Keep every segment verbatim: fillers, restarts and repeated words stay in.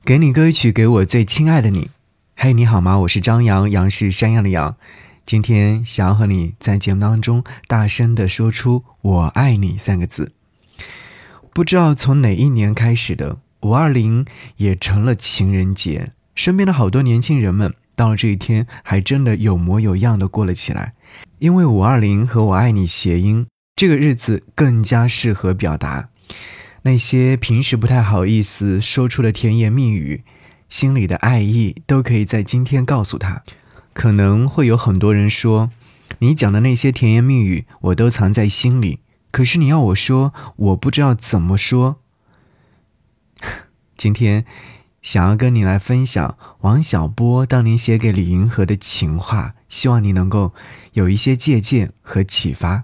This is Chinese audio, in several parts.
给你歌曲，给我最亲爱的你。嘿，你好吗？我是张扬，杨是山羊的羊。今天想要和你在节目当中大声地说出我爱你三个字。不知道从哪一年开始的，五二零也成了情人节，身边的好多年轻人们到了这一天还真的有模有样的过了起来。因为五二零和我爱你谐音，这个日子更加适合表达那些平时不太好意思说出的甜言蜜语，心里的爱意都可以在今天告诉他。可能会有很多人说，你讲的那些甜言蜜语我都藏在心里，可是你要我说，我不知道怎么说。今天想要跟你来分享王小波当年写给李银河的情话，希望你能够有一些借鉴和启发。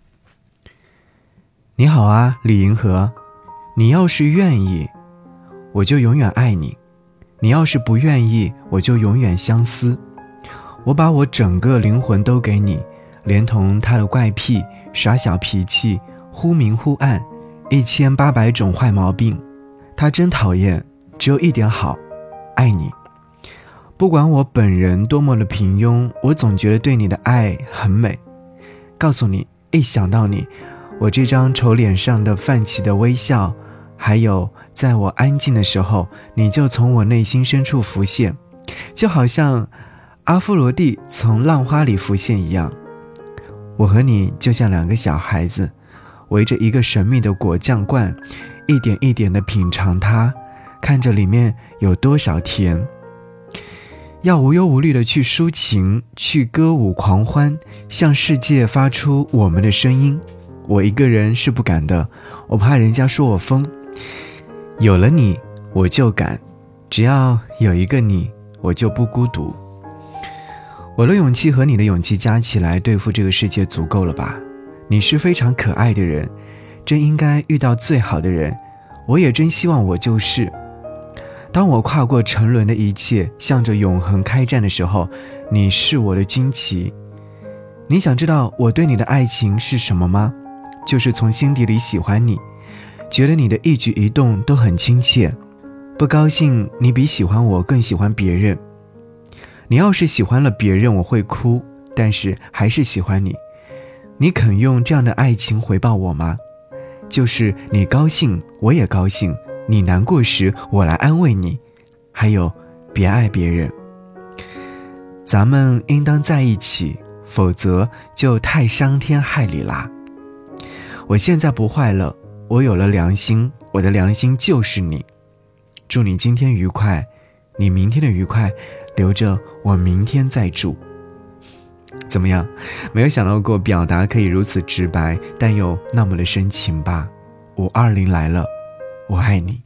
你好啊，李银河，你要是愿意，我就永远爱你；你要是不愿意，我就永远相思。我把我整个灵魂都给你，连同他的怪癖、耍小脾气、忽明忽暗，一千八百种坏毛病，他真讨厌，只有一点好，爱你。不管我本人多么的平庸，我总觉得对你的爱很美。告诉你，一想到你，我这张丑脸上的泛起的微笑，还有在我安静的时候，你就从我内心深处浮现，就好像阿芙罗蒂从浪花里浮现一样。我和你就像两个小孩子，围着一个神秘的果酱罐，一点一点地品尝它，看着里面有多少甜。要无忧无虑地去抒情，去歌舞狂欢，向世界发出我们的声音。我一个人是不敢的，我怕人家说我疯。有了你，我就敢，只要有一个你，我就不孤独。我的勇气和你的勇气加起来对付这个世界足够了吧？你是非常可爱的人，真应该遇到最好的人，我也真希望我就是。当我跨过沉沦的一切，向着永恒开战的时候，你是我的军旗。你想知道我对你的爱情是什么吗？就是从心底里喜欢你，觉得你的一举一动都很亲切，不高兴你比喜欢我更喜欢别人。你要是喜欢了别人，我会哭，但是还是喜欢你。你肯用这样的爱情回报我吗？就是你高兴我也高兴，你难过时我来安慰你，还有别爱别人。咱们应当在一起，否则就太伤天害理啦。我现在不坏了，我有了良心，我的良心就是你。祝你今天愉快，你明天的愉快留着我明天再祝。怎么样？没有想到过表达可以如此直白，但又那么的深情吧？五二零来了，我爱你。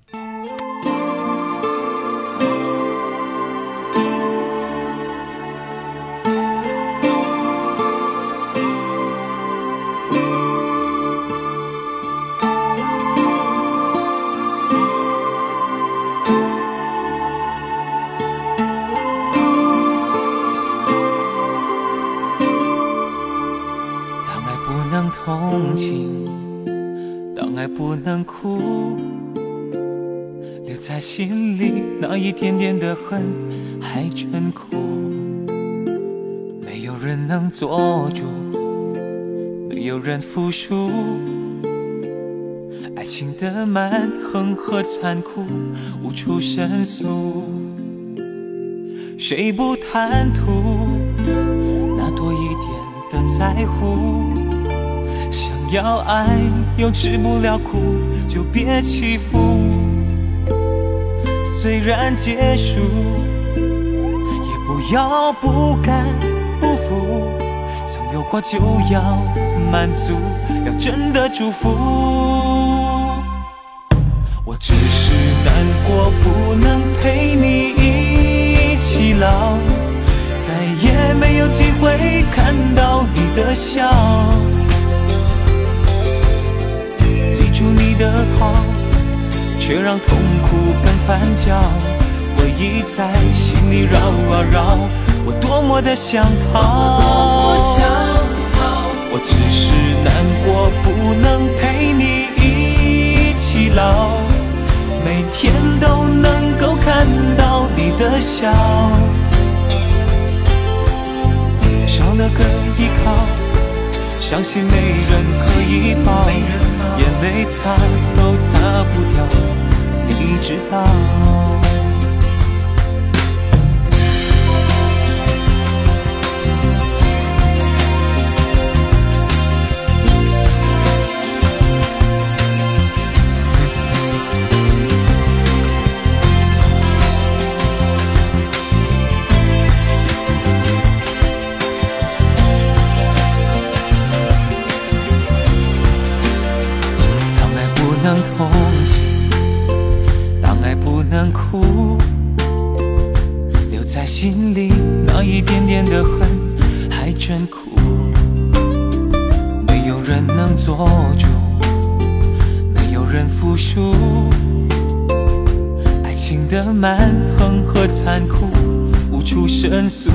同情，当爱不能哭，留在心里那一点点的恨还真苦。没有人能做主，没有人服输，爱情的蛮横和残酷无处申诉。谁不贪图那多一点的在乎？要爱又吃不了苦，就别欺负。虽然结束，也不要不甘不服。曾有过就要满足，要真的祝福。我只是难过不能陪你一起老，再也没有机会看到你的笑。记住你的好，却让痛苦更翻搅。回忆在心里绕啊绕，我多么的想逃。我只是难过不能陪你一起老， 每天都能够看到你的笑，少了个依靠，相信没人可以抱，眼泪擦都擦不掉，你知道。能同情，当爱不能哭，留在心里那一点点的恨还真苦。没有人能做主，没有人服输，爱情的蛮横和残酷无处申诉。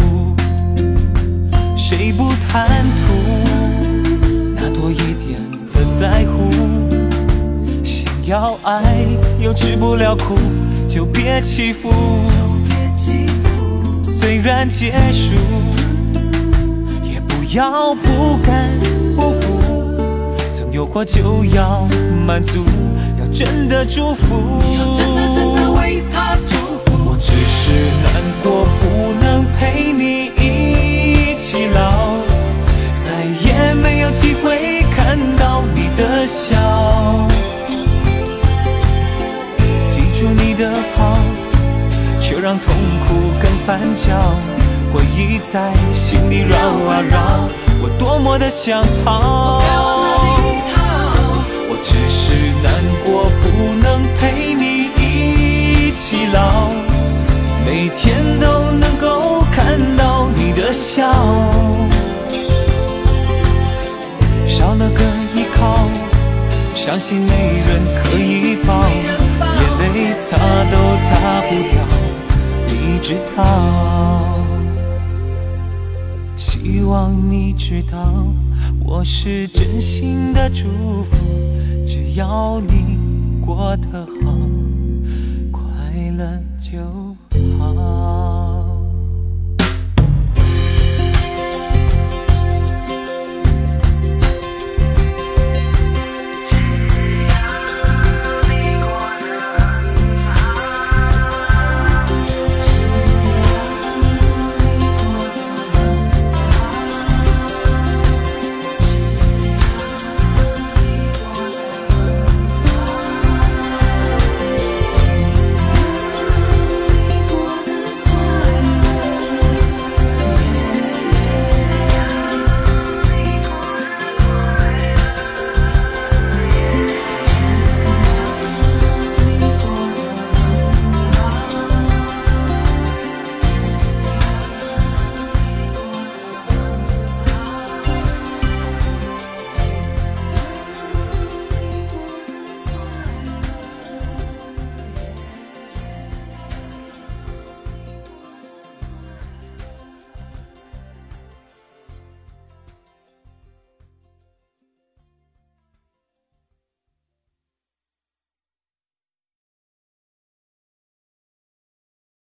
谁不贪图那多一点的在乎？要爱又吃不了苦，就别欺负。虽然结束，也不要不甘不服。曾有过就要满足，要真的祝福。我只是难过，不能陪你一起老，再也没有机会看到你的笑。记住你的好，却让痛苦更翻搅，回忆在心里绕啊绕，我多么的想逃。我只是难过，不能陪你一起老，每天都能够看到你的笑，少了个依靠，相信没人可以抱，眼泪擦都擦不掉，你知道。希望你知道，我是真心的祝福，只要你过得好，快乐就